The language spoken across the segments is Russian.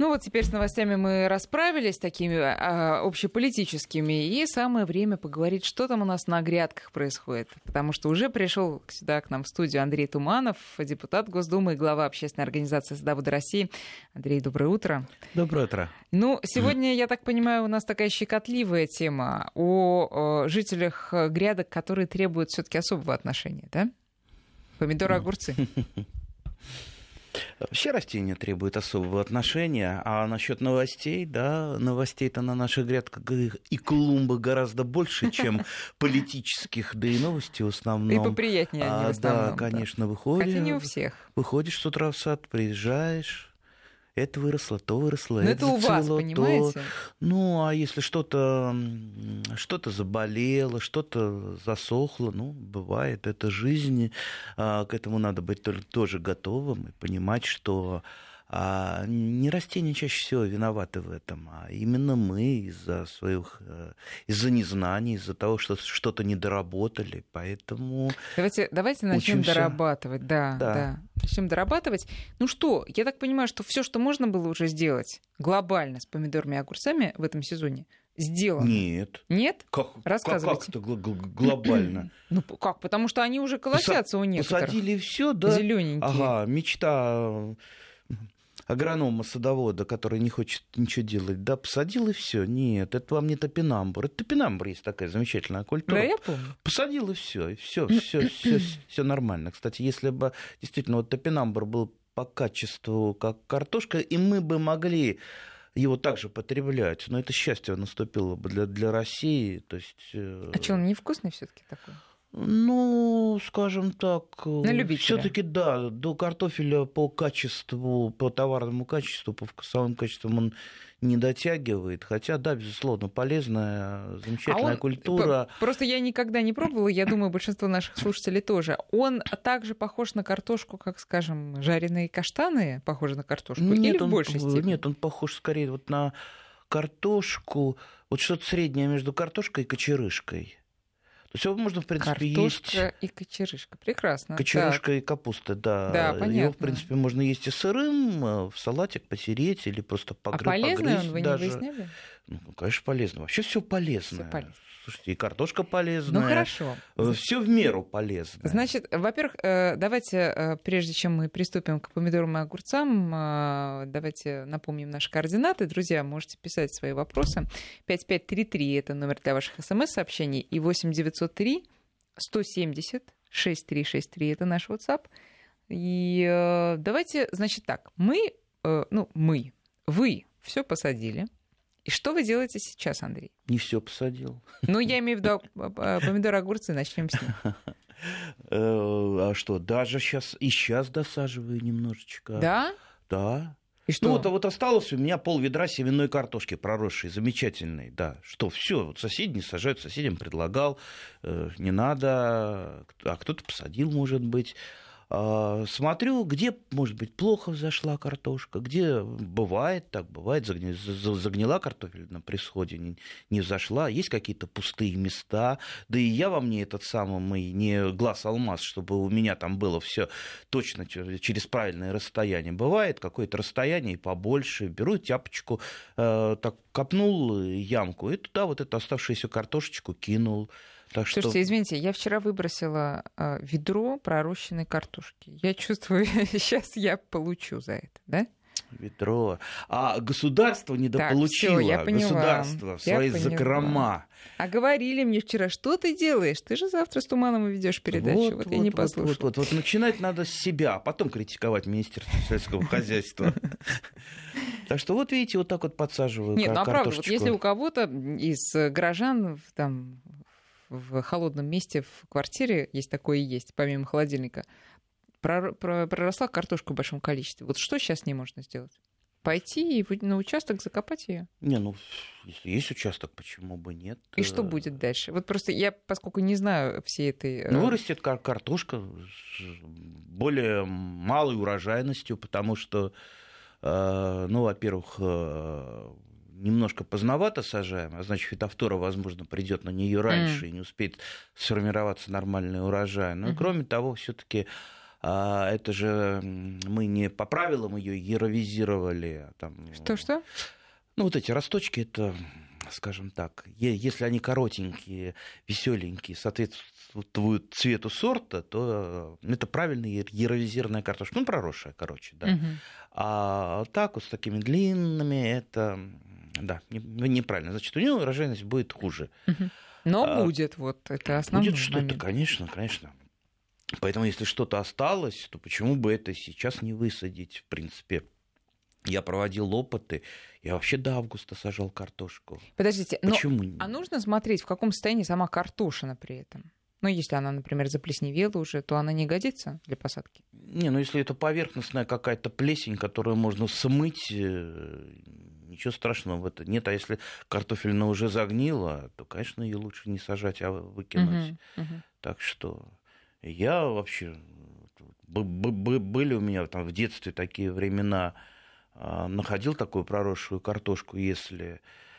Ну вот теперь с новостями мы расправились, такими общеполитическими, и самое время поговорить, что там у нас на грядках происходит. Потому что уже пришел сюда к нам в студию Андрей Туманов, депутат Госдумы и глава общественной организации «Садоводы России». Андрей, доброе утро. Доброе утро. Ну, сегодня, я так понимаю, у нас такая щекотливая тема о жителях грядок, которые требуют все-таки особого отношения, да? Помидоры, огурцы. Все растения требуют особого отношения, а насчет новостей, да, новостей-то на наших грядках и клумбах гораздо больше, чем политических, да и новости в основном. И поприятнее они в основном. Да, конечно, выходишь. Хотя не у всех. Выходишь с утра в сад, приезжаешь. Это выросло, то выросло, но это у вас, зацвело, понимаете? То... Ну, а если что-то заболело, что-то засохло, ну, бывает, это жизнь. К этому надо быть тоже готовым и понимать, что не растения чаще всего виноваты в этом, а именно мы из-за незнаний, из-за того, что что-то недоработали, поэтому Давайте начнем дорабатывать, да. Начнем дорабатывать. Ну что, я так понимаю, что все, что можно было уже сделать глобально с помидорами и огурцами в этом сезоне, сделано. Нет. Нет? Рассказывайте. Как это глобально? Ну как? Потому что они уже колосятся у некоторых. Посадили все, да? Зелененькие. Ага, мечта агронома-садовода, который не хочет ничего делать, да, посадил и все. Нет, это вам не топинамбур. Это топинамбур есть такая замечательная культура. Да, я помню. Посадил и все нормально. Кстати, если бы действительно вот топинамбур был по качеству как картошка, и мы бы могли его также потреблять, но это счастье наступило бы для России. То есть... А что, он невкусный все-таки такой? Ну, скажем так, все-таки да, до картофеля по качеству, по товарному качеству, по вкусовым качествам он не дотягивает. Хотя, да, безусловно, полезная, замечательная культура. Просто я никогда не пробовала, я думаю, большинство наших слушателей тоже. Он также похож на картошку, как, скажем, жареные каштаны похожи на картошку? Или в большей степени? Нет, он похож скорее вот на картошку, вот что-то среднее между картошкой и кочерышкой. То есть его можно, в принципе, есть... Картошка и кочерышка. Прекрасно. Кочерышка так. и капуста, да. Да, понятно. Его, в принципе, можно есть и сырым, в салатик потереть или просто погрызть. А полезный он, вы не выясняли? Ну, конечно, полезно. Вообще все полезное. Слушайте, и картошка полезная. Ну, хорошо. Все в меру полезно. Значит, во-первых, давайте, прежде чем мы приступим к помидорам и огурцам, давайте напомним наши координаты. Друзья, можете писать свои вопросы. 5533 — это номер для ваших смс-сообщений. И 8903 170 6363 — это наш WhatsApp. И давайте, значит, так. Вы все посадили. И что вы делаете сейчас, Андрей? Не все посадил. Ну, я имею в виду помидоры, огурцы, начнем с них. А что, даже сейчас досаживаю немножечко. Да? Да. И что? Ну, вот осталось у меня пол-ведра семенной картошки проросшей, замечательной, да. Что, все, вот соседи не сажают, соседям предлагал, не надо, а кто-то посадил, может быть. Смотрю, где, может быть, плохо взошла картошка, где бывает, загнила картофель на присходе, не взошла, есть какие-то пустые места, да и я во мне этот самый не глаз-алмаз, чтобы у меня там было все точно через правильное расстояние. Бывает какое-то расстояние и побольше, беру тяпочку, так копнул ямку и туда вот эту оставшуюся картошечку кинул. Слушайте, извините, я вчера выбросила ведро пророщенной картошки. Я чувствую, сейчас я получу за это, да? Ведро. А государство недополучило. Так, всё, я поняла. Государство в свои закрома. А говорили мне вчера, что ты делаешь? Ты же завтра с Тумановым ведешь передачу. Вот я не послушала. Вот начинать надо с себя, а потом критиковать Министерство сельского хозяйства. Так что вот видите, вот так вот подсаживаю картошечку. Нет, ну а правда, вот если у кого-то из горожан там в холодном месте в квартире, есть такое и есть, помимо холодильника, проросла картошка в большом количестве. Вот что сейчас с ней можно сделать? Пойти и на участок закопать ее? Не, ну, если есть участок, почему бы нет? И что будет дальше? Вот просто я, поскольку не знаю всей этой... Ну, вырастет картошка с более малой урожайностью, потому что, ну, во-первых, немножко поздновато сажаем, а значит, фитофтора, возможно, придет на нее раньше и не успеет сформироваться нормальный урожай. Ну и кроме того, все-таки Это же мы не по правилам ее яровизировали. Что-что? Ну, вот эти росточки, это, скажем так, если они коротенькие, веселенькие, соответствуют цвету сорта, то это правильная яровизированная картошка. Ну, проросшая, короче, да. А так вот с такими длинными, это, да, неправильно. Значит, у нее урожайность будет хуже. Но будет, вот это основной будет что-то, момент. конечно. Поэтому, если что-то осталось, то почему бы это сейчас не высадить, в принципе? Я проводил опыты, я вообще до августа сажал картошку. Подождите, почему? А нужно смотреть, в каком состоянии сама картошина при этом? Ну, если она, например, заплесневела уже, то она не годится для посадки? Не, ну если это поверхностная какая-то плесень, которую можно смыть, ничего страшного в этом нет. А если картофельная уже загнила, то, конечно, ее лучше не сажать, а выкинуть. Так что я вообще... Были у меня там в детстве такие времена, находил такую проросшую картошку, если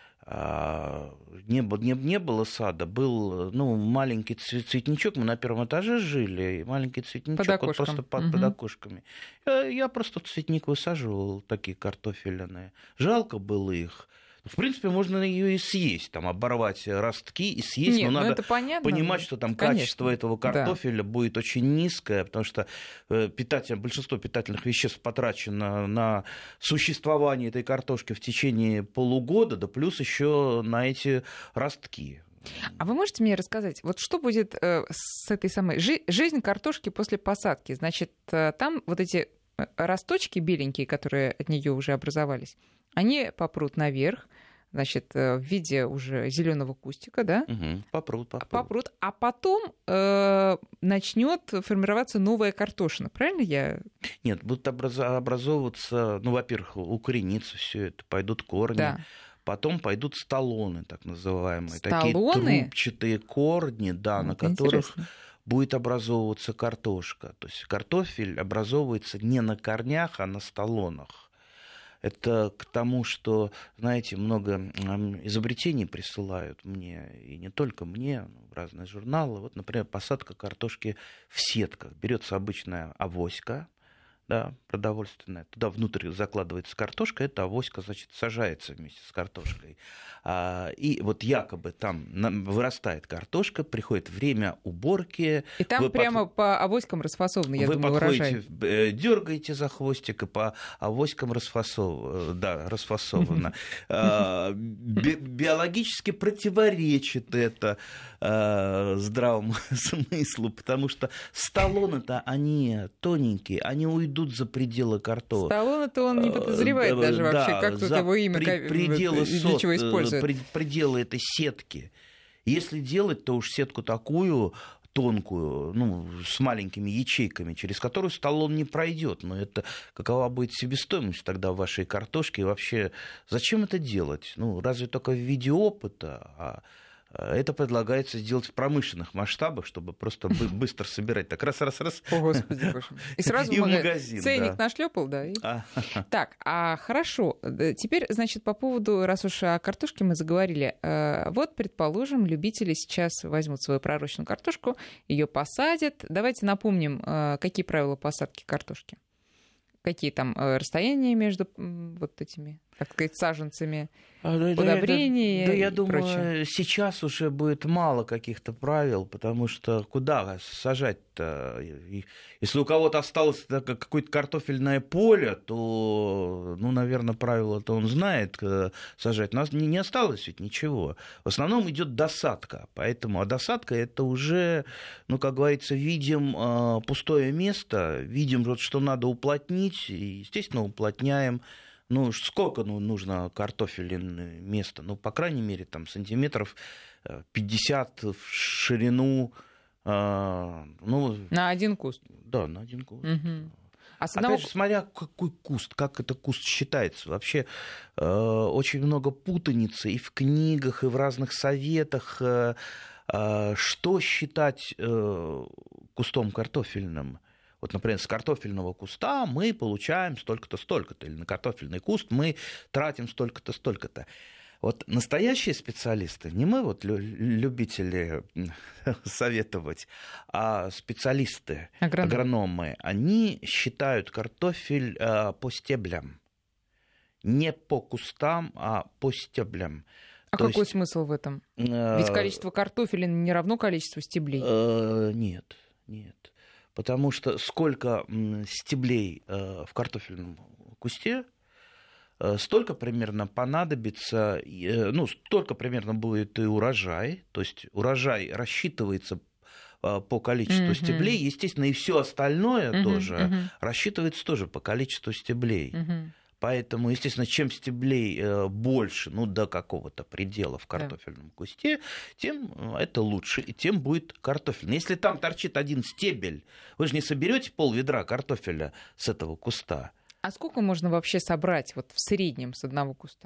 не было сада, был маленький цветничок, мы на первом этаже жили, и маленький цветничок вот просто под окошками. Я просто в цветник высаживал такие картофельные. Жалко было их. В принципе, можно ее и съесть, там, оборвать ростки и съесть, Нет, но надо это понятно, понимать, что там качество этого картофеля будет очень низкое, потому что большинство питательных веществ потрачено на существование этой картошки в течение полугода, да плюс еще на эти ростки. А вы можете мне рассказать, вот что будет с этой самой жизнь картошки после посадки? Значит, там вот эти росточки беленькие, которые от нее уже образовались, они попрут наверх, значит, в виде уже зеленого кустика, да? Попрут. А потом начнет формироваться новая картошина, правильно я? Нет, будут образовываться, во-первых, укоренится все это, пойдут корни. Да. Потом пойдут столоны, так называемые. Столоны? Такие трубчатые корни, да, Вот на которых интересно. будет образовываться картошка. То есть картофель образовывается не на корнях, а на столонах. Это к тому, что, знаете, много изобретений присылают мне, и не только мне, в разные журналы. Вот, например, посадка картошки в сетках. Берется обычная авоська, да, продовольственная, туда внутрь закладывается картошка, эта авоська, значит, сажается вместе с картошкой. И вот якобы там вырастает картошка, приходит время уборки. И там прямо по авоськам расфасовано, я думаю, урожай. Вы подходите, дергаете за хвостик, и по авоськам расфасовано. Биологически противоречит это здравому смыслу, потому что столоны-то они тоненькие, они уйдут за пределы картошки. Сталлоне-то он не подозревает даже вообще, как тут его имя, для чего используют. Пределы этой сетки. Если делать, то уж сетку такую тонкую, с маленькими ячейками, через которую столон не пройдет. Но это какова будет себестоимость тогда вашей картошки? И вообще, зачем это делать? Разве только в виде опыта, это предлагается сделать в промышленных масштабах, чтобы просто быстро собирать. Так раз. О, Господи, боже мой. И сразу в магазин. Ценник нашлепал, да. Так, хорошо. Теперь, значит, по поводу, раз уж о картошке мы заговорили. Вот, предположим, любители сейчас возьмут свою пророщенную картошку, ее посадят. Давайте напомним, какие правила посадки картошки. Какие там расстояния между вот этими, так сказать, саженцами, удобрения я и думаю, прочее. сейчас уже будет мало каких-то правил, потому что куда сажать-то? Если у кого-то осталось какое-то картофельное поле, то, наверное, правила-то он знает сажать. У нас не осталось ведь ничего. В основном идет досадка, а досадка это уже, как говорится, видим пустое место, видим, что надо уплотнить, и, естественно, уплотняем. Сколько нужно картофельное места? По крайней мере, там сантиметров 50 в ширину. На один куст? Да, на один куст. Угу. Опять же, смотря какой куст, как этот куст считается. Вообще очень много путаницы и в книгах, и в разных советах. Что считать кустом картофельным? Вот, например, с картофельного куста мы получаем столько-то, столько-то. Или на картофельный куст мы тратим столько-то, столько-то. Вот настоящие специалисты, не мы вот любители советовать, а специалисты, агрономы, они считают картофель по стеблям. Не по кустам, а по стеблям. А какой смысл в этом? Ведь количество картофеля не равно количеству стеблей. Нет. Потому что сколько стеблей в картофельном кусте, столько примерно понадобится, столько примерно будет и урожай. То есть урожай рассчитывается по количеству стеблей, естественно, и все остальное тоже рассчитывается тоже по количеству стеблей. Поэтому, естественно, чем стеблей больше, до какого-то предела в картофельном кусте, тем это лучше, и тем будет картофель. Если там торчит один стебель, вы же не соберете пол-ведра картофеля с этого куста. А сколько можно вообще собрать в среднем с одного куста?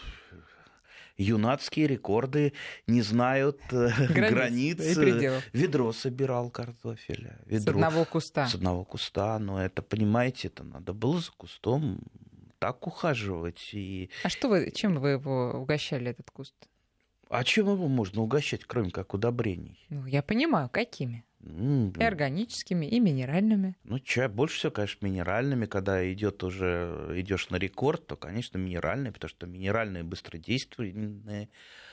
Юнацкие рекорды не знают границ. Ведро собирал картофеля. С одного куста. С одного куста. Но это, понимаете, это надо было за кустом так ухаживать. А чем вы его угощали, этот куст? А чем его можно угощать, кроме как удобрений? Я понимаю, какими? И органическими, и минеральными. Больше всего, конечно, минеральными. Когда идешь на рекорд, то, конечно, минеральные, потому что минеральные быстродействительные,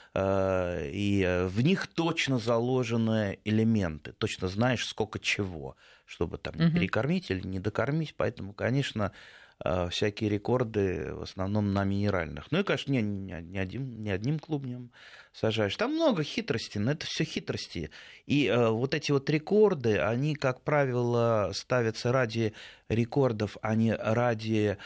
и в них точно заложены элементы. Точно знаешь, сколько чего, чтобы там не перекормить или не докормить. Поэтому, конечно, всякие рекорды в основном на минеральных. И, конечно, не одним клубнем сажаешь. Там много хитростей, но это все хитрости. И вот эти вот рекорды, они, как правило, ставятся ради рекордов, а не ради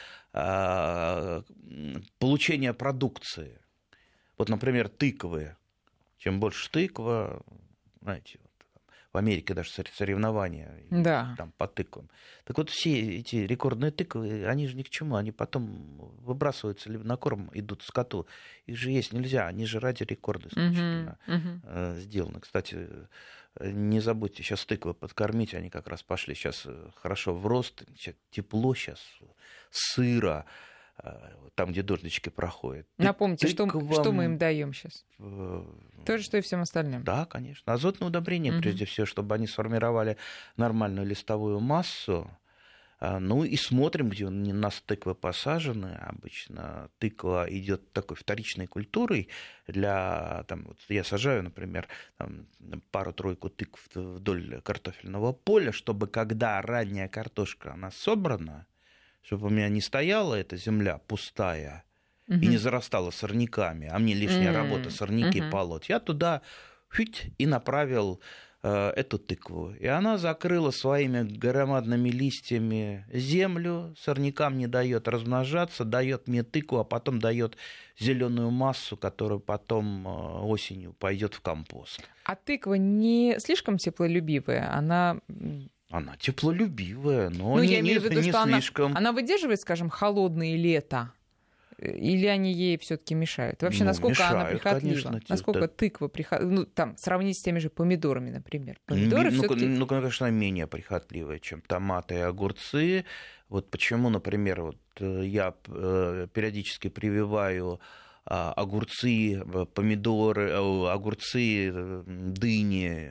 получения продукции. Вот, например, тыквы. Чем больше тыква, знаете, в Америке даже соревнования там, по тыквам. Так вот, все эти рекордные тыквы, они же ни к чему, они потом выбрасываются либо на корм, идут скоту. Их же есть нельзя, они же ради рекорда исключительно сделаны. Кстати, не забудьте сейчас тыквы подкормить, они как раз пошли сейчас хорошо в рост, сейчас тепло, сейчас сыро. Там, где дождички проходят. Напомните, что мы им даем сейчас? То же, что и всем остальным. Да, конечно. Азотное удобрение, прежде всего, чтобы они сформировали нормальную листовую массу. И смотрим, где у нас тыквы посажены. Обычно тыква идет такой вторичной культурой. Я сажаю, например, пару-тройку тыкв вдоль картофельного поля, чтобы когда ранняя картошка, она собрана, чтобы у меня не стояла эта земля пустая и не зарастала сорняками, а мне лишняя работа сорняки полоть. Я туда и направил эту тыкву. И она закрыла своими громадными листьями землю, сорнякам не дает размножаться, дает мне тыкву, а потом дает зеленую массу, которая потом осенью пойдет в компост. А тыква не слишком теплолюбивая? Она теплолюбивая, но я имею в виду, что слишком. Она выдерживает, скажем, холодные лета? Или они ей все-таки мешают? Вообще, насколько мешают, она прихотлива? Конечно, насколько тыква прихотлива? Сравнить с теми же помидорами, например. Помидоры конечно, менее прихотливые, чем томаты и огурцы. Вот почему, например, я периодически прививаю огурцы, помидоры, огурцы, дыни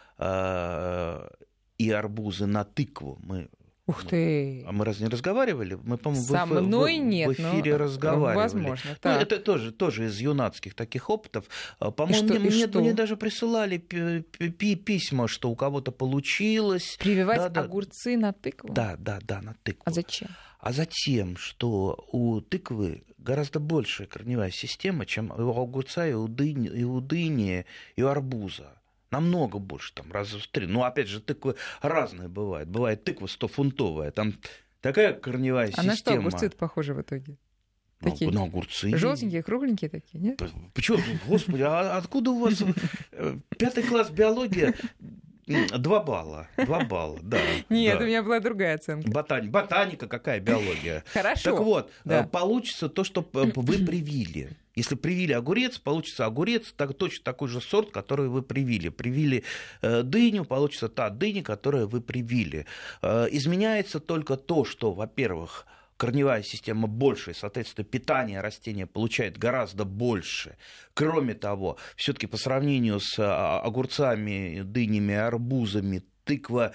и арбузы на тыкву. Ух ты! А мы разве не разговаривали? Мы, по-моему, Со мной нет, в эфире разговаривали. Возможно, так. Это тоже из юнацких таких опытов. По-моему, мне даже присылали письма, что у кого-то получилось. Прививать огурцы на тыкву? Да, на тыкву. А зачем? А затем, что у тыквы гораздо большая корневая система, чем у огурца, и у дыни, и у арбуза. Намного больше, раза в 3. Опять же, тыквы разные бывают. Бывает тыква 100-фунтовая, там такая корневая система. А на что огурцы-то похожи в итоге? Такие на огурцы. Желтенькие, кругленькие такие, нет? Почему? Господи, а откуда у вас 5 класс биология? 2 балла. 2 балла, да. Нет, да. У меня была другая оценка. Ботаника какая биология? Хорошо. Так вот, получится то, что вы привили. Если привили огурец, получится огурец, точно такой же сорт, который вы привили. Привили дыню, получится та дыня, которую вы привили. Изменяется только то, что, во-первых, корневая система больше, и, соответственно, питание растения получает гораздо больше. Кроме того, все-таки по сравнению с огурцами, дынями, арбузами, тыква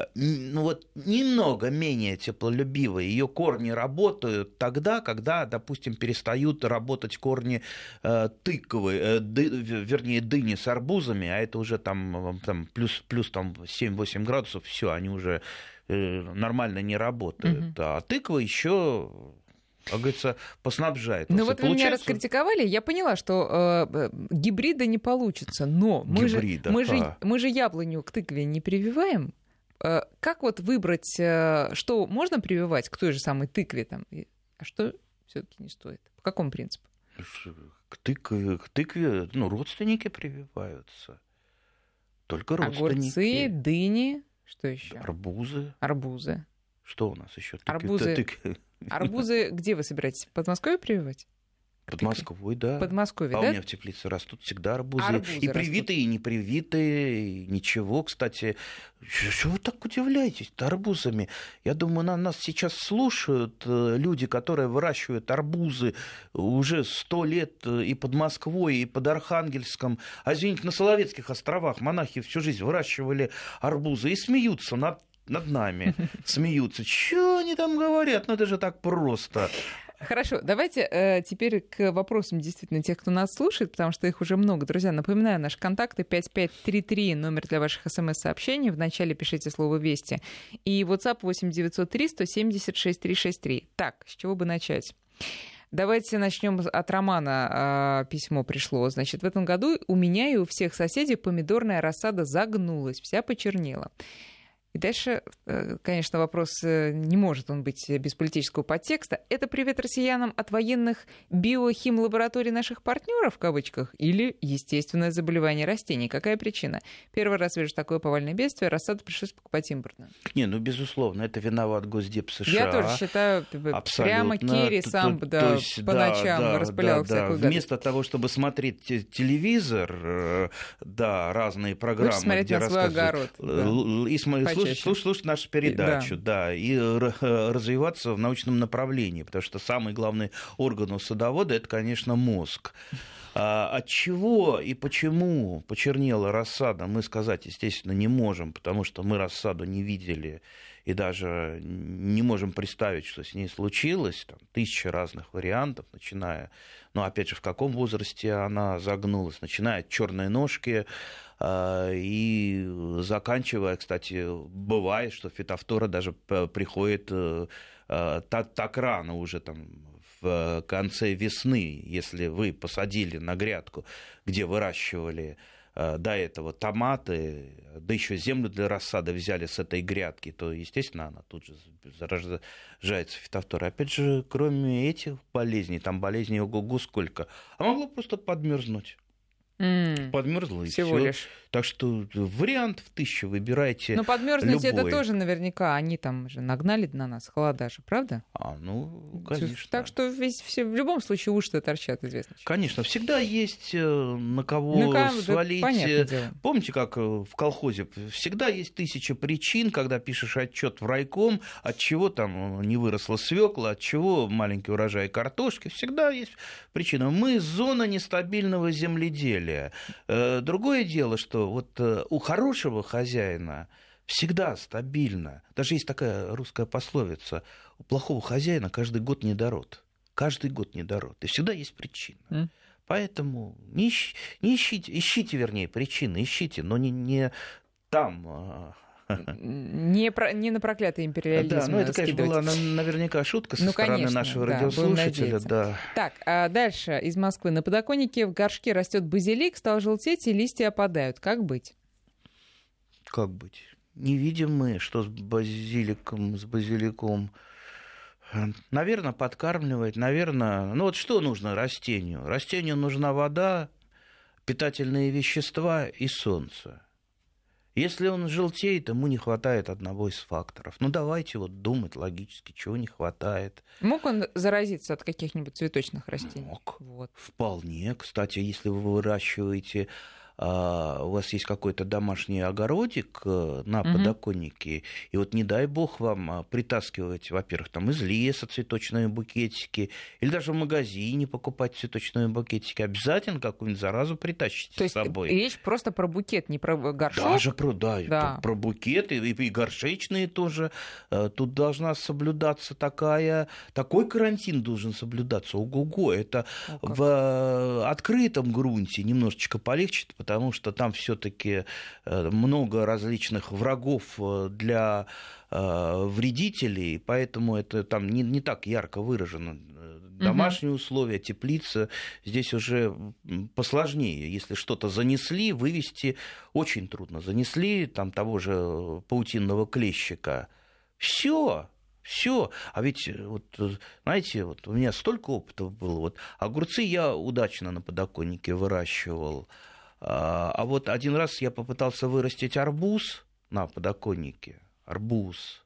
немного менее теплолюбивая. Ее корни работают тогда, когда, допустим, перестают работать корни тыквы, дыни с арбузами, а это уже там плюс 7-8 градусов, все, они уже нормально не работают. А тыква еще, как говорится, поснабжает. Ну вот вы меня раскритиковали, я поняла, что гибрида не получится, но мы же яблоню к тыкве не прививаем. Как вот выбрать, что можно прививать к той же самой тыкве, а что все-таки не стоит? По какому принципу? К тыкве родственники прививаются. Только родственники. Огурцы, дыни, что еще? Арбузы. Что у нас еще? Арбузы где вы собираетесь? В Подмосковье прививать? Под Москвой, да. Подмосковье, да? У меня в теплице растут всегда арбузы. И привитые, и не привитые, ничего. Кстати, что вы так удивляетесь-то арбузами? Я думаю, нас сейчас слушают люди, которые выращивают арбузы уже 100 лет и под Москвой, и под Архангельском. А извините, на Соловецких островах монахи всю жизнь выращивали арбузы и смеются над нами. Смеются. Что они там говорят? Это же так просто. Хорошо, давайте теперь к вопросам действительно тех, кто нас слушает, потому что их уже много. Друзья, напоминаю, наши контакты 5533, номер для ваших смс-сообщений. Вначале пишите слово «Вести». И WhatsApp 8-903-170-6363. Так, с чего бы начать? Давайте начнем от Романа. Письмо пришло. Значит, в этом году у меня и у всех соседей помидорная рассада загнулась, вся почернела. И дальше, конечно, вопрос не может он быть без политического подтекста. Это привет россиянам от военных биохимлабораторий наших партнеров, в кавычках, или естественное заболевание растений? Какая причина? Первый раз вижу такое повальное бедствие, рассаду пришлось покупать импортную. Безусловно, это виноват Госдеп США. Я тоже считаю, прямо Керри сам по ночам распылял всякую гадость. Вместо того, чтобы смотреть телевизор, разные программы, где рассказывают... И слушать нашу передачу, и развиваться в научном направлении, потому что самый главный орган у садовода – это, конечно, мозг. От чего и почему почернела рассада, мы сказать, естественно, не можем, потому что мы рассаду не видели и даже не можем представить, что с ней случилось. Там 1000 разных вариантов, начиная, опять же, в каком возрасте она загнулась, начиная от черной ножки и заканчивая, кстати, бывает, что фитофтора даже приходит так рано уже в конце весны, если вы посадили на грядку, где выращивали до этого томаты, да еще землю для рассады взяли с этой грядки, то, естественно, она тут же заражается фитофторой. Опять же, кроме этих болезней, там болезней ого-го сколько, а могло просто подмерзнуть. Подмерзло и всего лишь. Так что вариант в 1000 выбирайте. Но подмерзнуть это тоже наверняка. они там же нагнали на нас холода же, правда? Конечно. Так что все в любом случае уши-то торчат, известно. Конечно, всегда есть на кого свалить. Да, помните, как в колхозе? Всегда есть 1000 причин, когда пишешь отчет в райком, от чего там не выросла свекла, от чего маленький урожай картошки. Всегда есть причина. Мы зона нестабильного земледелия. Другое дело, что у хорошего хозяина всегда стабильно. Даже есть такая русская пословица: у плохого хозяина каждый год недород. Каждый год недород. И всегда есть причина. Поэтому не ищите причины, ищите, но не там. Не на проклятый империализм. Да, это, конечно, была наверняка шутка со стороны нашего радиослушателя. Да. Так, а дальше из Москвы. На подоконнике в горшке растет базилик, стал желтеть, и листья опадают. Как быть? Как быть? Не видим мы, что с базиликом. Наверное, подкармливать. Наверное, что нужно растению? Растению нужна вода, питательные вещества и солнце. Если он желтеет, ему не хватает одного из факторов. Давайте думать логически, чего не хватает. Мог он заразиться от каких-нибудь цветочных растений? Мог. Вполне. Кстати, если вы выращиваете у вас есть какой-то домашний огородик на подоконнике, и вот не дай бог вам притаскивать, во-первых, там из леса цветочные букетики, или даже в магазине покупать цветочные букетики, обязательно какую-нибудь заразу притащите с собой. Речь просто про букет, не про горшок? Даже про букеты и горшечные тоже. Тут должна соблюдаться такой карантин должен соблюдаться. Ого-го, это в открытом грунте немножечко полегче, потому что там все-таки много различных врагов для вредителей, поэтому это там не так ярко выражено. Домашние условия, теплица, здесь уже посложнее. Если что-то занесли, вывести очень трудно. Занесли там того же паутинного клещика. Все. А ведь, вот, знаете, вот у меня столько опыта было. Вот, огурцы я удачно на подоконнике выращивал. А вот один раз я попытался вырастить арбуз на подоконнике. Арбуз.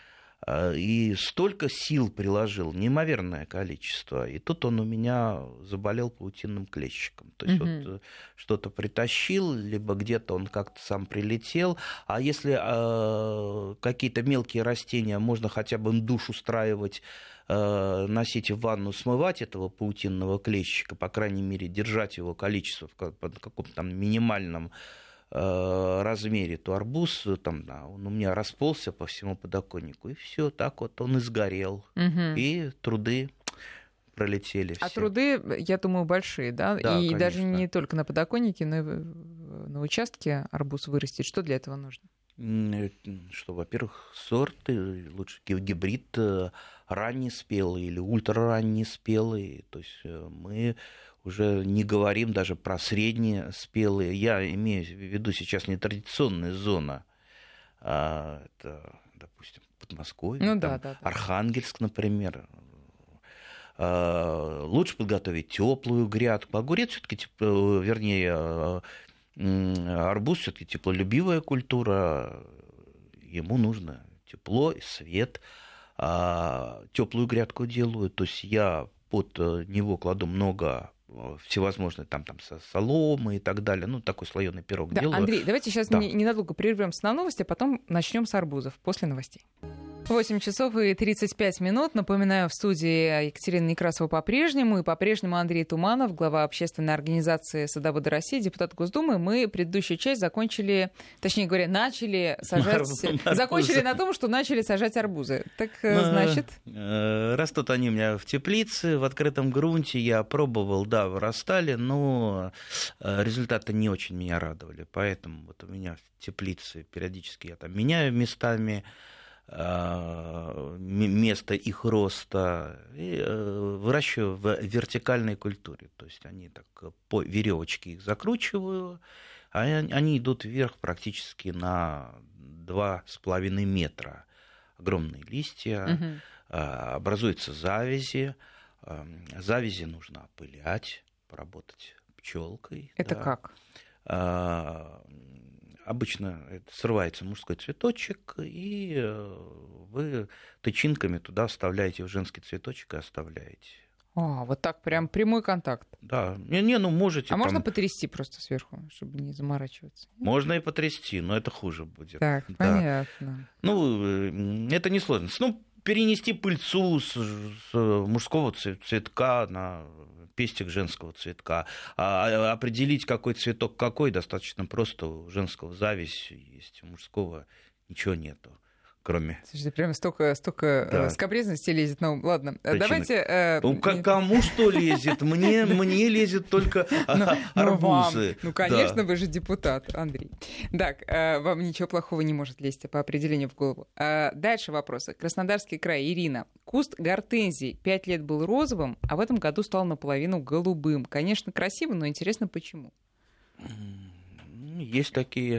И столько сил приложил, неимоверное количество. И тут он у меня заболел паутинным клещиком. То есть вот что-то притащил, либо где-то он как-то сам прилетел. А если какие-то мелкие растения, можно хотя бы им душ устраивать, носить в ванну, смывать этого паутинного клещика, по крайней мере, держать его количество в каком-то там минимальном размере, то арбуз там, да, он у меня расползся по всему подоконнику, и все, так вот он и сгорел. И труды пролетели все. А труды, я думаю, большие, да? Да, и конечно. даже не только на подоконнике, но и на участке арбуз вырастить. Что для этого нужно? Что, во-первых, сорт, лучше гибрид раннеспелый или ультрараннеспелый. То есть мы уже не говорим даже про среднеспелые. Я имею в виду сейчас не традиционная зона, а это, допустим, Подмосковье, Архангельск, например. Лучше подготовить теплую грядку. Огурец все-таки, арбуз все-таки теплолюбивая культура. Ему нужно тепло и свет. Теплую грядку делаю. То есть я под него кладу много всевозможные там соломы и так далее. Ну, такой слоеный пирог делаю. Андрей, давайте сейчас ненадолго прервемся на новости, а потом начнем с арбузов после новостей. 8 часов и 35 минут. Напоминаю, в студии Екатерина Некрасова по-прежнему. И по-прежнему Андрей Туманов, глава общественной организации «Садоводы России», депутат Госдумы. Мы предыдущую часть закончили, точнее говоря, начали сажать... Закончили на том, что начали сажать арбузы. Так, значит... Растут они у меня в теплице, в открытом грунте. Я пробовал, вырастали, но результаты не очень меня радовали. Поэтому вот у меня в теплице периодически я там меняю местами место их роста и выращиваю в вертикальной культуре. То есть они так по веревочке их закручиваю, а они идут вверх практически на 2,5 метра. Огромные листья, образуются завязи. Завязи нужно опылять, поработать пчелкой. Это как? Обычно срывается мужской цветочек, и вы тычинками туда вставляете в женский цветочек и оставляете. Вот так прям прямой контакт. Да. Можете. А можно потрясти просто сверху, чтобы не заморачиваться? Можно и потрясти, но это хуже будет. Так, понятно. Это не сложно. Перенести пыльцу с мужского цветка на пестик женского цветка. А определить, какой цветок какой, достаточно просто. У женского зависть есть, у мужского ничего нету. Кроме... Слушайте, прямо столько скабрезности лезет. Ладно, давайте... Кому что лезет? Мне лезет только арбузы. Конечно, вы же депутат, Андрей. Так, вам ничего плохого не может лезть по определению в голову. Дальше вопросы. Краснодарский край. Ирина. Куст гортензий 5 лет был розовым, а в этом году стал наполовину голубым. Конечно, красиво, но интересно, почему? Есть такие...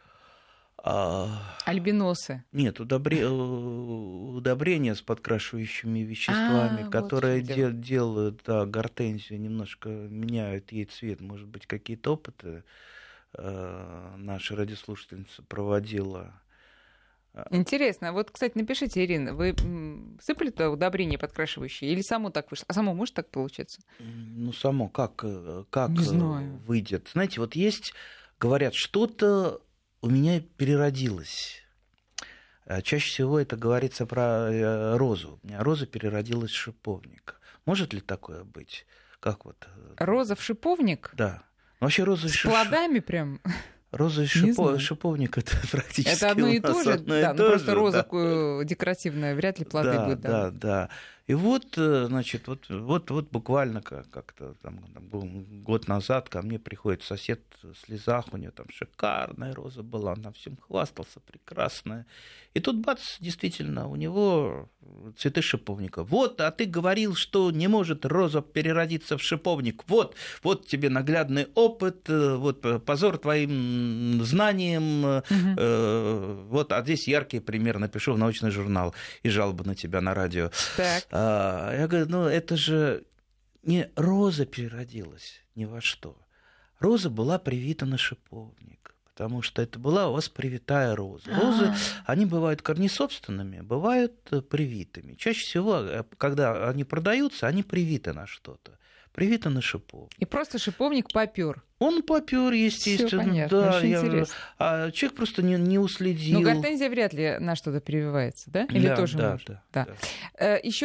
Альбиносы. Нет, удобрения с подкрашивающими веществами, которые делают гортензию, немножко меняют ей цвет. Может быть, какие-то опыты наша радиослушательница проводила. Интересно. Вот, кстати, напишите, Ирина, вы сыпали туда удобрения подкрашивающие или само так вышло? А само может так получиться? Само как Не знаю. выйдет? Знаете, вот есть говорят, что-то у меня переродилось. Чаще всего это говорится про розу. У меня роза переродилась в шиповник. Может ли такое быть? Как вот? Роза в шиповник? Да. Вообще роза с плодами прям. Роза и шиповник это практически это одно и то же, да, но просто роза да. Декоративная, вряд ли плоды будут. Да. И вот, значит, вот буквально как-то там, год назад ко мне приходит сосед в слезах, у нее там шикарная роза была, она всем хвастался, прекрасная. И тут бац, действительно, у него цветы шиповника. Вот, а ты говорил, что не может роза переродиться в шиповник. Вот тебе наглядный опыт, вот позор твоим знаниям. Вот, а здесь яркий пример, напишу в научный журнал и жалобу на тебя на радио. Так. Я говорю, это же не роза переродилась ни во что. Роза была привита на шиповник, потому что это была у вас привитая роза. Розы, они бывают корнесобственными, бывают привитыми. Чаще всего, когда они продаются, они привиты на что-то. Привиты на шиповник. И просто шиповник попёр. Он попёр, естественно. Всё понятно, да. Интересно. А человек просто не уследил. Но гортензия вряд ли на что-то прививается, да? Или да, тоже да, может? Да. Еще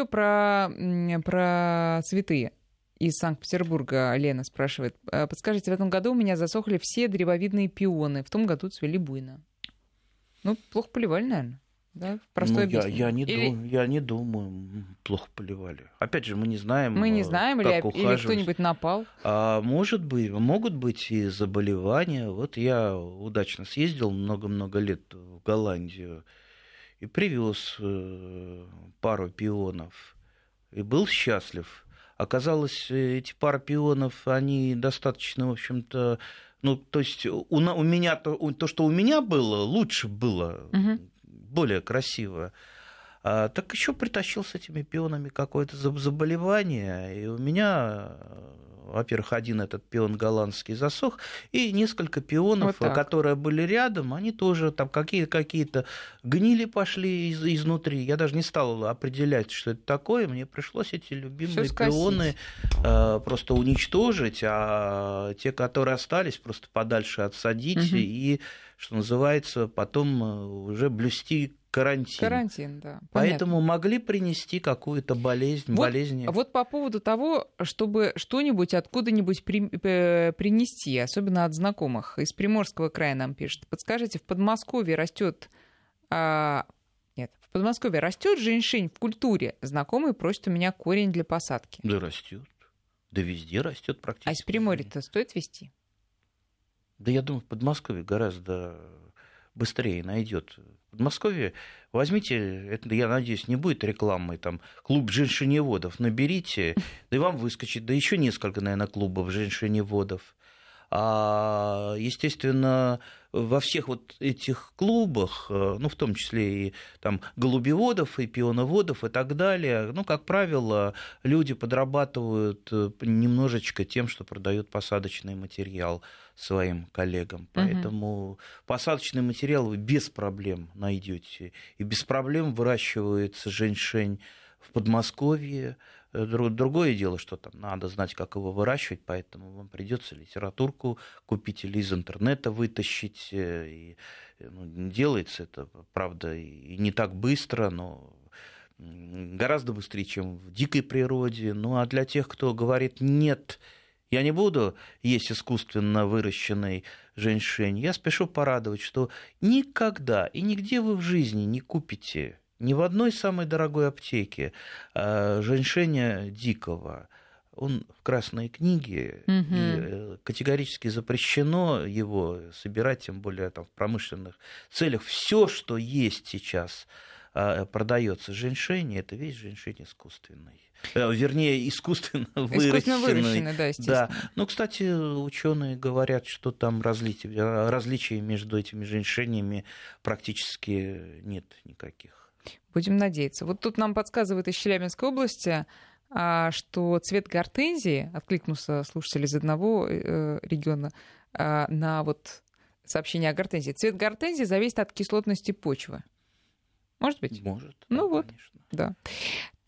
про цветы. Из Санкт-Петербурга Лена спрашивает. Подскажите, в этом году у меня засохли все древовидные пионы. В том году цвели буйно. Плохо поливали, наверное. Да? Простое объяснение. Я не думаю, плохо поливали. Опять же, мы не знаем, как или кто-нибудь напал. Могут быть и заболевания. Вот я удачно съездил много-много лет в Голландию и привез пару пионов. И был счастлив. Оказалось, эти пары пионов, они достаточно, в общем-то... то есть у меня то, что у меня было, лучше было... более красиво. Так еще притащил с этими пионами какое-то заболевание, и у меня, во-первых, один этот пион голландский засох, и несколько пионов, которые были рядом, они тоже там какие-то гнили пошли изнутри. Я даже не стал определять, что это такое, мне пришлось эти любимые пионы просто уничтожить, а те, которые остались, просто подальше отсадить и, что называется, потом уже блюсти карантин, да. Поэтому могли принести какую-то болезнь. Вот по поводу того, чтобы что-нибудь откуда-нибудь принести, особенно от знакомых. Из Приморского края нам пишет. Подскажите, в Подмосковье растет... Нет, в Подмосковье растет женьшень в культуре. Знакомый просит у меня корень для посадки. Да растет. Да везде растет практически. А из Приморья-то стоит везти? Да я думаю, в Подмосковье гораздо быстрее найдет. В Подмосковье возьмите, это, я надеюсь, не будет рекламой, там, клуб женьшеневодов, наберите, да и вам выскочит, да еще несколько, наверное, клубов женьшеневодов. Естественно, во всех вот этих клубах, в том числе и там голубеводов, и пионоводов, и так далее, как правило, люди подрабатывают немножечко тем, что продают посадочный материал своим коллегам. Поэтому посадочный материал вы без проблем найдете. И без проблем выращивается женьшень в Подмосковье. Другое дело, что там надо знать, как его выращивать, поэтому вам придется литературку купить или из интернета вытащить. И, делается это, правда, и не так быстро, но гораздо быстрее, чем в дикой природе. А для тех, кто говорит «нет», я не буду есть искусственно выращенный женьшень, я спешу порадовать, что никогда и нигде вы в жизни не купите ни в одной самой дорогой аптеке женьшеня дикого. Он в Красной книге, и категорически запрещено его собирать, тем более там, в промышленных целях. Все, что есть сейчас, продается женьшень, это весь женьшень искусственный. Вернее, искусственно выращенный. Да, естественно. Да. Кстати, ученые говорят, что там различий между этими женьшенями практически нет никаких. Будем надеяться. Вот тут нам подсказывают из Челябинской области, что цвет гортензии, откликнулся слушатель из одного региона на вот сообщение о гортензии. Цвет гортензии зависит от кислотности почвы. Может быть? Может. Вот, конечно. да. Так,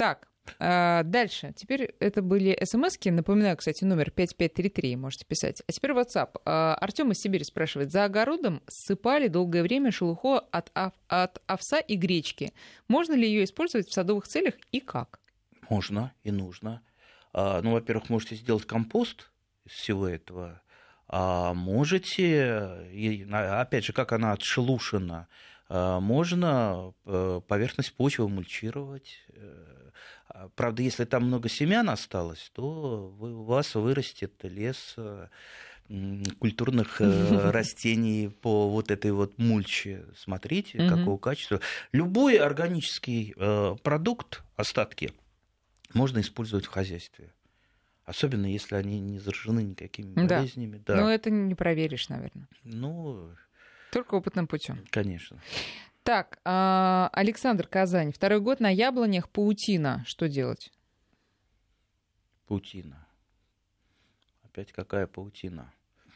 Дальше. Теперь это были смски. Напоминаю, кстати, номер 5533 можете писать. А теперь WhatsApp. Артем из Сибири спрашивает. За огородом ссыпали долгое время шелуху от овса и гречки. Можно ли ее использовать в садовых целях и как? Можно и нужно. Ну, во-первых, можете сделать компост из всего этого. А можете, опять же, как она отшелушена, можно поверхность почвы мульчировать. Правда, если там много семян осталось, то у вас вырастет лес культурных растений по вот этой вот мульче. Смотрите, какого качества. Любой органический продукт, остатки, можно использовать в хозяйстве. Особенно, если они не заражены никакими болезнями. Да. Но это не проверишь, наверное. Ну, только опытным путем. Конечно. Так, Александр, Казань. 2-й год на яблонях паутина. Что делать? Паутина. Опять какая паутина?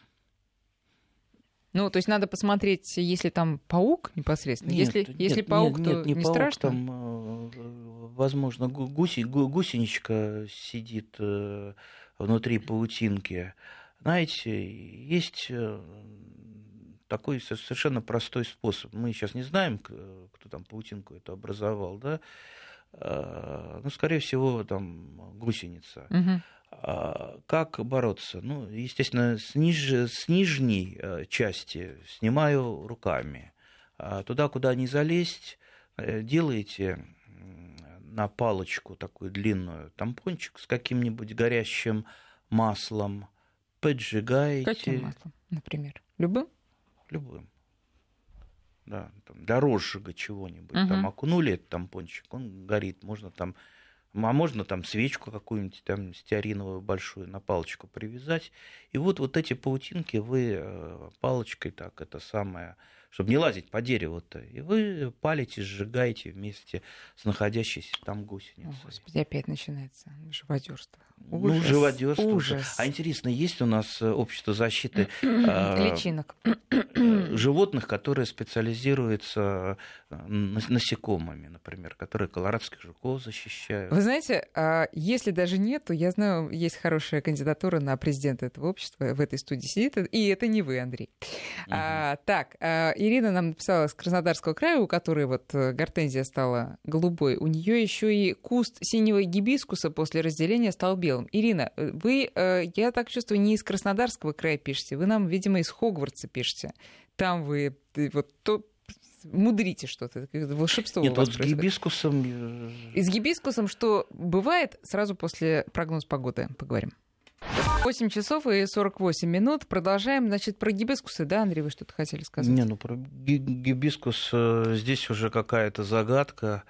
Ну, то есть надо посмотреть, если там паук непосредственно. Если паук, то не паук, страшно? Там, возможно, гусеничка сидит внутри паутинки. Знаете, есть такой совершенно простой способ. Мы сейчас не знаем, кто там паутинку эту образовал, да? Ну, скорее всего, там гусеница. Как бороться? Ну, естественно, с нижней части снимаю руками. Туда, куда не залезть, делаете на палочку такую длинную тампончик с каким-нибудь горящим маслом, поджигаете. Каким маслом, например? Любым? Любым. Да, там, для розжига чего-нибудь. Там окунули этот тампончик, он горит. Можно там свечку какую-нибудь там стеариновую большую на палочку привязать. И вот эти паутинки вы палочкой так, это самое, чтобы не лазить по дереву-то, и вы палите, сжигаете вместе с находящейся там гусеницей. О, Господи, опять начинается живодерство. Ужас, живодерство. Ужас. А интересно, есть у нас общество защиты личинок животных, которые специализируются насекомыми, например, которые колорадских жуков защищают? Вы знаете, если даже нет, то я знаю, есть хорошая кандидатура на президента этого общества, в этой студии сидит, и это не вы, Андрей. Так, Ирина нам написала с Краснодарского края, у которой вот гортензия стала голубой, у нее еще и куст синего гибискуса после разделения стал белым. Ирина, вы, я так чувствую, не из Краснодарского края пишете, вы нам, видимо, из Хогвартса пишете. Там вы вот мудрите что-то, волшебство. Нет, у вас вот с происходит. гибискусом... И с гибискусом, что бывает, сразу после прогноза погоды поговорим. 8 часов и 48 минут. Продолжаем, значит, про гибискусы, да, Андрей, вы что-то хотели сказать? Не, ну про гибискус здесь уже какая-то загадка.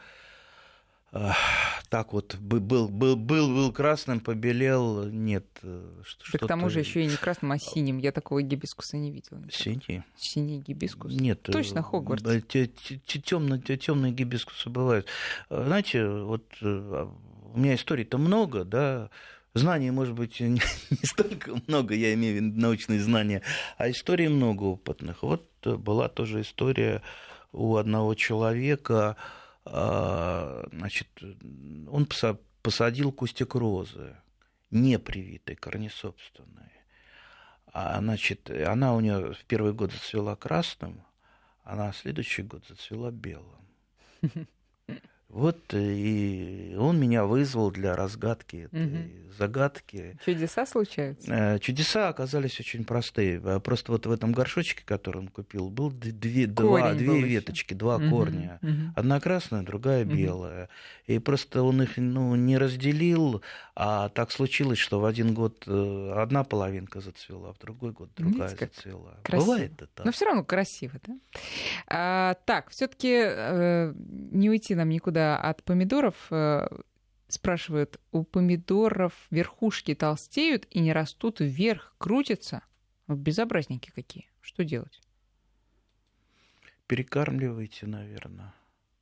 Так вот, был красным, побелел, нет. Так к тому же еще и не красным, а синим. Я такого гибискуса не видела. Синий? Синий гибискус? Нет. Точно Хогвартс? Темные гибискусы бывают. Знаете, вот у меня историй-то много, да, знаний, может быть, не столько много, я имею в виду научные знания, а историй много опытных. Вот была тоже история у одного человека. Значит, он посадил кустик розы, не привитой, корнесобственной. Значит, она у нее в первый год зацвела красным, а на следующий год зацвела белым. Вот и он меня вызвал для разгадки этой загадки. Чудеса случаются? Чудеса оказались очень простые. Просто вот в этом горшочке, который он купил, был две веточки, два корня. Одна красная, другая белая. И просто он их не разделил, а так случилось, что в один год одна половинка зацвела, а в другой год другая зацвела. Красиво. Бывает это. Но все равно красиво, да? Так, все-таки не уйти нам никуда от помидоров. Спрашивают, у помидоров верхушки толстеют и не растут вверх, крутятся? Безобразники какие. Что делать? Перекармливайте, наверное.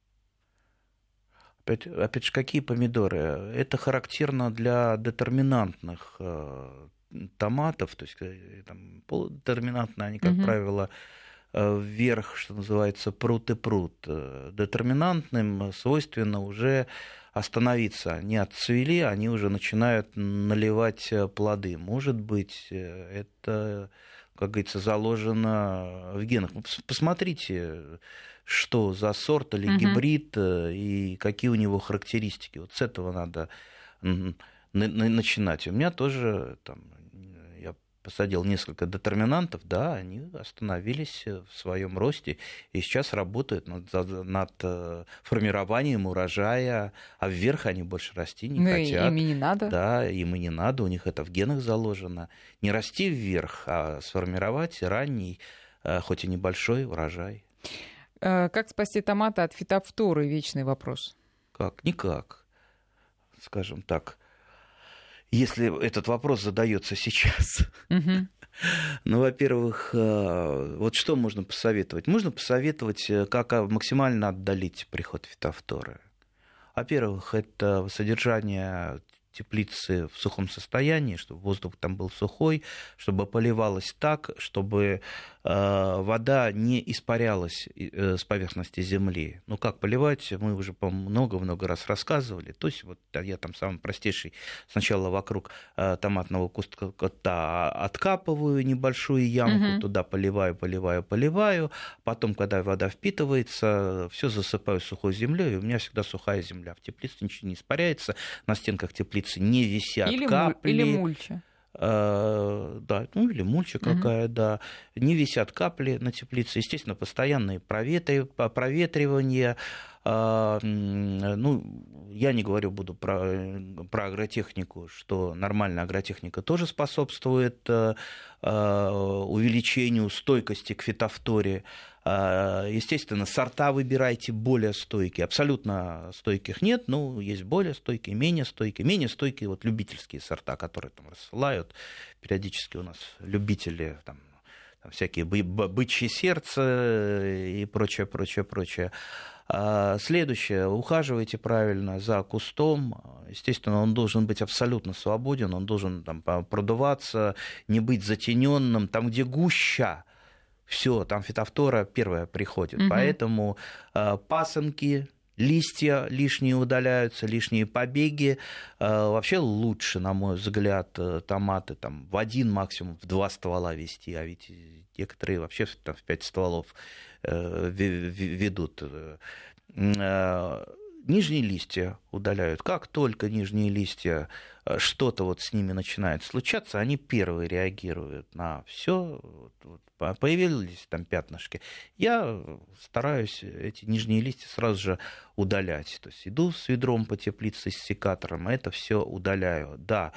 Опять же, какие помидоры? Это характерно для детерминантных томатов, то есть там, полудетерминантные, они, как правило, вверх, что называется, прут и прут. Детерминантным свойственно уже остановиться. Они отцвели, они уже начинают наливать плоды. Может быть, это, как говорится, заложено в генах. Посмотрите, что за сорт или гибрид и какие у него характеристики. Вот с этого надо начинать. У меня тоже там, я посадил несколько детерминантов, да, они остановились в своем росте и сейчас работают над формированием урожая, а вверх они больше расти не хотят. Им и не надо. Да, им и не надо, у них это в генах заложено. Не расти вверх, а сформировать ранний, хоть и небольшой урожай. Как спасти томаты от фитофторы? Вечный вопрос. Как? Никак. Скажем так. Если этот вопрос задается сейчас, ну, во-первых, вот что можно посоветовать? Можно посоветовать, как максимально отдалить приход фитофторы. Во-первых, это содержание теплицы в сухом состоянии, чтобы воздух там был сухой, чтобы поливалось так, чтобы вода не испарялась с поверхности земли. Ну, как поливать, мы уже много-много раз рассказывали. То есть, вот я там самый простейший, сначала вокруг томатного куста откапываю небольшую ямку, туда поливаю, потом, когда вода впитывается, все засыпаю сухой землей, и у меня всегда сухая земля. В теплице ничего не испаряется, на стенках теплицы не висят капли. Или мульча. Да, ну или мульча какая, да. Не висят капли на теплице. Естественно, постоянные проветривания. Ну, я не говорю про агротехнику, что нормальная агротехника тоже способствует увеличению стойкости к фитофторе. Естественно, сорта выбирайте более стойкие. Абсолютно стойких нет, но есть более стойкие, менее стойкие. Менее стойкие вот любительские сорта, которые там рассылают. Периодически у нас любители там всякие бычье сердце и прочее. Следующее. Ухаживайте правильно за кустом. Естественно, он должен быть абсолютно свободен, он должен там продуваться, не быть затененным. Там, где гуща, все, там фитофтора первая приходит. Поэтому пасынки, листья лишние удаляются, лишние побеги. Вообще лучше, на мой взгляд, томаты там, в 1, максимум в 2 ствола вести, а ведь некоторые вообще там, в 5 стволов ведут. Нижние листья удаляют. Как только нижние листья, что-то вот с ними начинает случаться, они первые реагируют на все. Появились там пятнышки. Я стараюсь эти нижние листья сразу же удалять. То есть иду с ведром по теплице с секатором, это все удаляю. Да,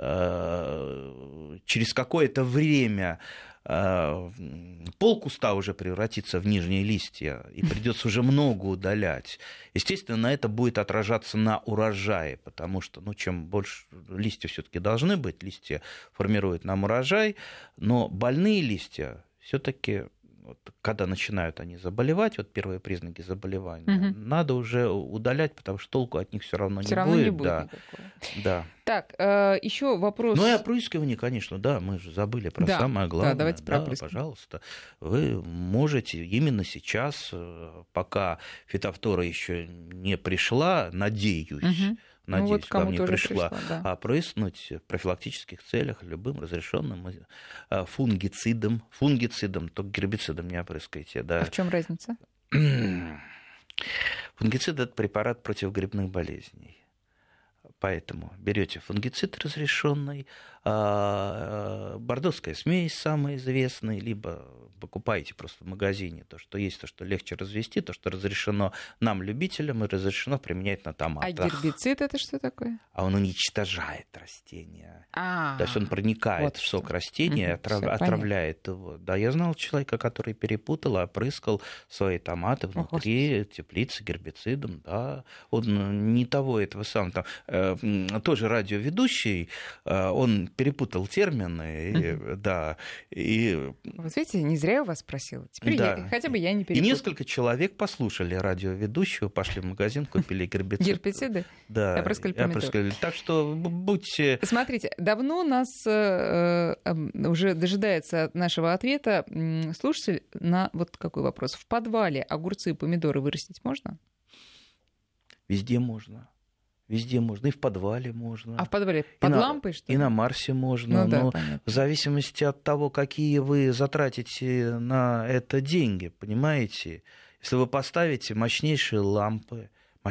через какое-то время полкуста уже превратится в нижние листья, и придется уже много удалять. Естественно, это будет отражаться на урожае, потому что чем больше листья все-таки должны быть, листья формируют нам урожай, но больные листья все-таки, когда начинают они заболевать, вот первые признаки заболевания, надо уже удалять, потому что толку от них все равно не будет. Да. Так, еще вопрос. Ну и опрыскивание, конечно, да, мы же забыли про самое главное. Да, давайте про опрыскивание. Пожалуйста, вы можете именно сейчас, пока фитофтора еще не пришла, надеюсь, ко мне пришла, опрыснуть в профилактических целях любым разрешенным фунгицидом, только гербицидом не опрыскайте. Да. А в чем разница? Фунгицид – это препарат против грибных болезней. Поэтому берете фунгицид разрешенный, бордоская смесь самая известная, либо покупаете просто в магазине то, что есть, то, что легче развести, то, что разрешено нам, любителям, и разрешено применять на томатах. А гербицид это что такое? А он уничтожает растения. То есть он проникает в сок растения, отравляет его. Да, я знал человека, который перепутал и опрыскал свои томаты внутри теплицы гербицидом. Да. Он не того этого самого. Тоже радиоведущий, он перепутал термины. Да, и... Вот видите, не зря я у вас спросила. Теперь хотя бы я не перепутала. И несколько человек послушали радиоведущего, пошли в магазин, купили гербицид. Гербициды? Да, опрыскали помидоры. Так что будьте... Смотрите, давно нас уже дожидается нашего ответа слушатель на вот какой вопрос. В подвале огурцы и помидоры вырастить можно? Везде можно. Везде можно. И в подвале можно. А в подвале под лампой, что ли? И на Марсе можно. Ну, да, но понятно. в зависимости от того, какие вы затратите на это деньги, понимаете? Если вы поставите мощнейшие лампы,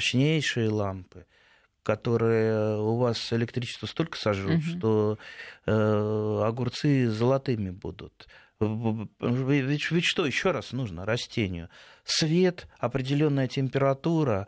которые у вас электричество столько сожрут, что огурцы золотыми будут. Ведь что еще раз нужно растению? Свет, определенная температура,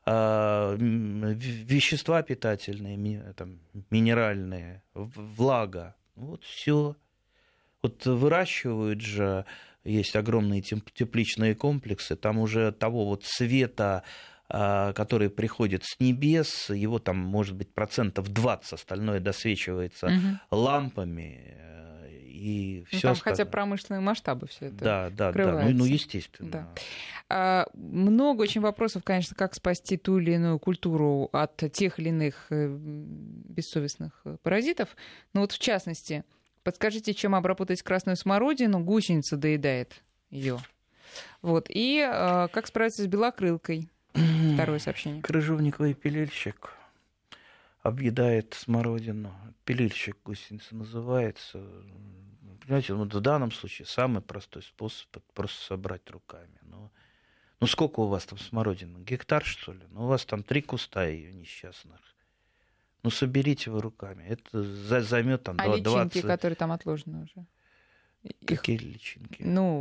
вещества питательные, там, минеральные, влага. Вот все. Вот выращивают же, есть огромные тепличные комплексы, там уже того вот света, который приходит с небес, его там может быть 20%, остальное досвечивается лампами. И ну, всё там остальное. хотя промышленные масштабы все это Да, ну естественно. Да. Много очень вопросов, конечно, как спасти ту или иную культуру от тех или иных бессовестных паразитов. Но вот в частности, подскажите, чем обработать красную смородину? Гусеница доедает ее. Вот. И как справиться с белокрылкой? Второе сообщение. Крыжовниковый пилильщик объедает смородину. Пилильщик гусеница называется. Понимаете, вот в данном случае самый простой способ — просто собрать руками. Ну сколько у вас там смородины? Гектар, что ли? Ну у вас там 3 куста ее несчастных. Ну соберите вы руками. Это займет там 20... личинки, которые там отложены уже? Какие личинки?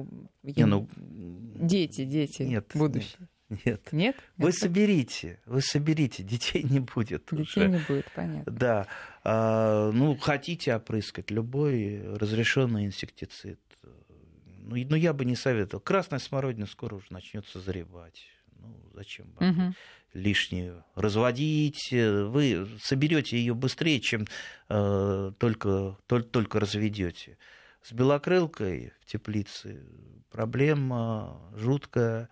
Дети, нет, будущее. Нет? Вы соберите, детей не будет. Детей не будет, понятно. Да. Хотите опрыскать любой разрешенный инсектицид. Ну, я бы не советовал. Красная смородина скоро уже начнет созревать. Зачем вам лишнюю разводить? Вы соберете ее быстрее, чем только разведете. С белокрылкой в теплице проблема жуткая.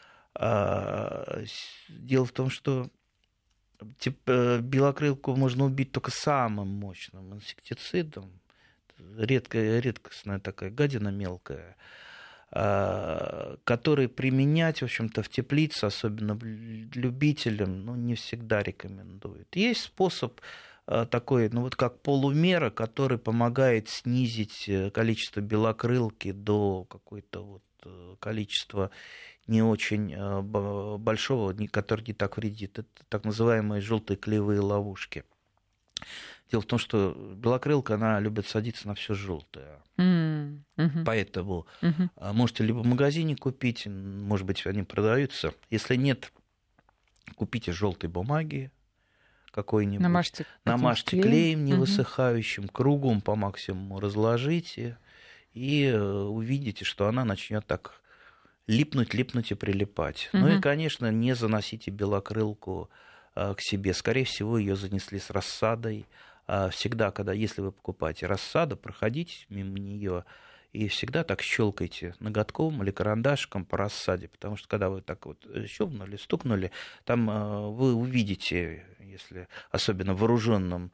Дело в том, что белокрылку можно убить только самым мощным инсектицидом. Редкостная такая гадина мелкая, который применять, в общем-то, в теплице, особенно любителям, не всегда рекомендуют. Есть способ такой, как полумера, который помогает снизить количество белокрылки до какой-то количества не очень большого, который не так вредит. Это так называемые желтые клеевые ловушки. Дело в том, что белокрылка, она любит садиться на все желтое. Поэтому можете либо в магазине купить, может быть, они продаются. Если нет, купите желтой бумаги какой-нибудь. Намажьте клеем невысыхающим, кругом по максимуму разложите, и увидите, что она начнет так липнуть и прилипать. Ну и, конечно, не заносите белокрылку к себе. Скорее всего, ее занесли с рассадой. Всегда, если вы покупаете рассаду, проходите мимо нее и всегда так щелкайте ноготком или карандашиком по рассаде, потому что когда вы так щелкнули, стукнули, там вы увидите, если особенно вооруженным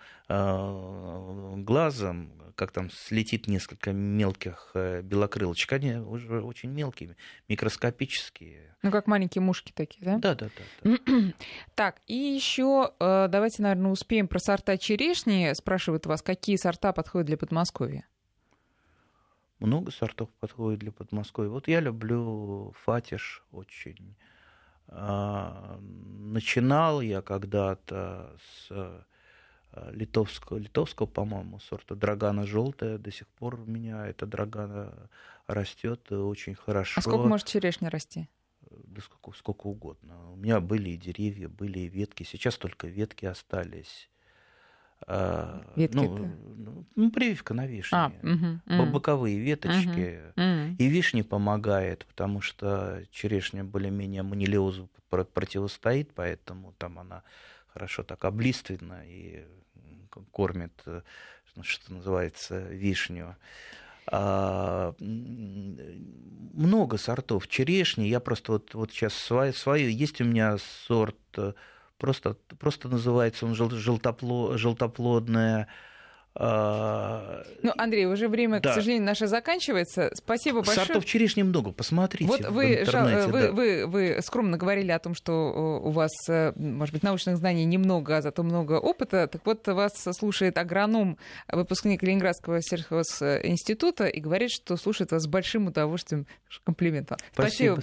глазом, как там слетит несколько мелких белокрылочек. Они уже очень мелкие, микроскопические. Как маленькие мушки такие, да? Да. Так, и еще давайте, наверное, успеем про сорта черешни. Спрашивают вас, какие сорта подходят для Подмосковья? Много сортов подходит для Подмосковья. Я люблю фатиш очень. Начинал я когда-то с литовского, по-моему, сорта драгана желтая. До сих пор у меня эта драгана растет очень хорошо. А сколько может черешня расти? Да сколько угодно. У меня были и деревья, были и ветки. Сейчас только ветки остались. Прививка на вишне. Боковые веточки. И вишне помогает, потому что черешня более-менее манилиозу противостоит, поэтому там она хорошо так облиственна и кормит, что называется, вишню. Много сортов черешни. Я просто сейчас свою. Есть у меня сорт, просто называется он желтоплодная Ну, Андрей, уже время, к сожалению, наше заканчивается. Спасибо большое. Сортов черешни много, посмотрите вот в интернете. Вы скромно говорили о том, что у вас, может быть, научных знаний немного, а зато много опыта. Так вот, вас слушает агроном, выпускник Ленинградского сельхозинститута, и говорит, что слушает вас с большим удовольствием. Комплимент вам. Спасибо.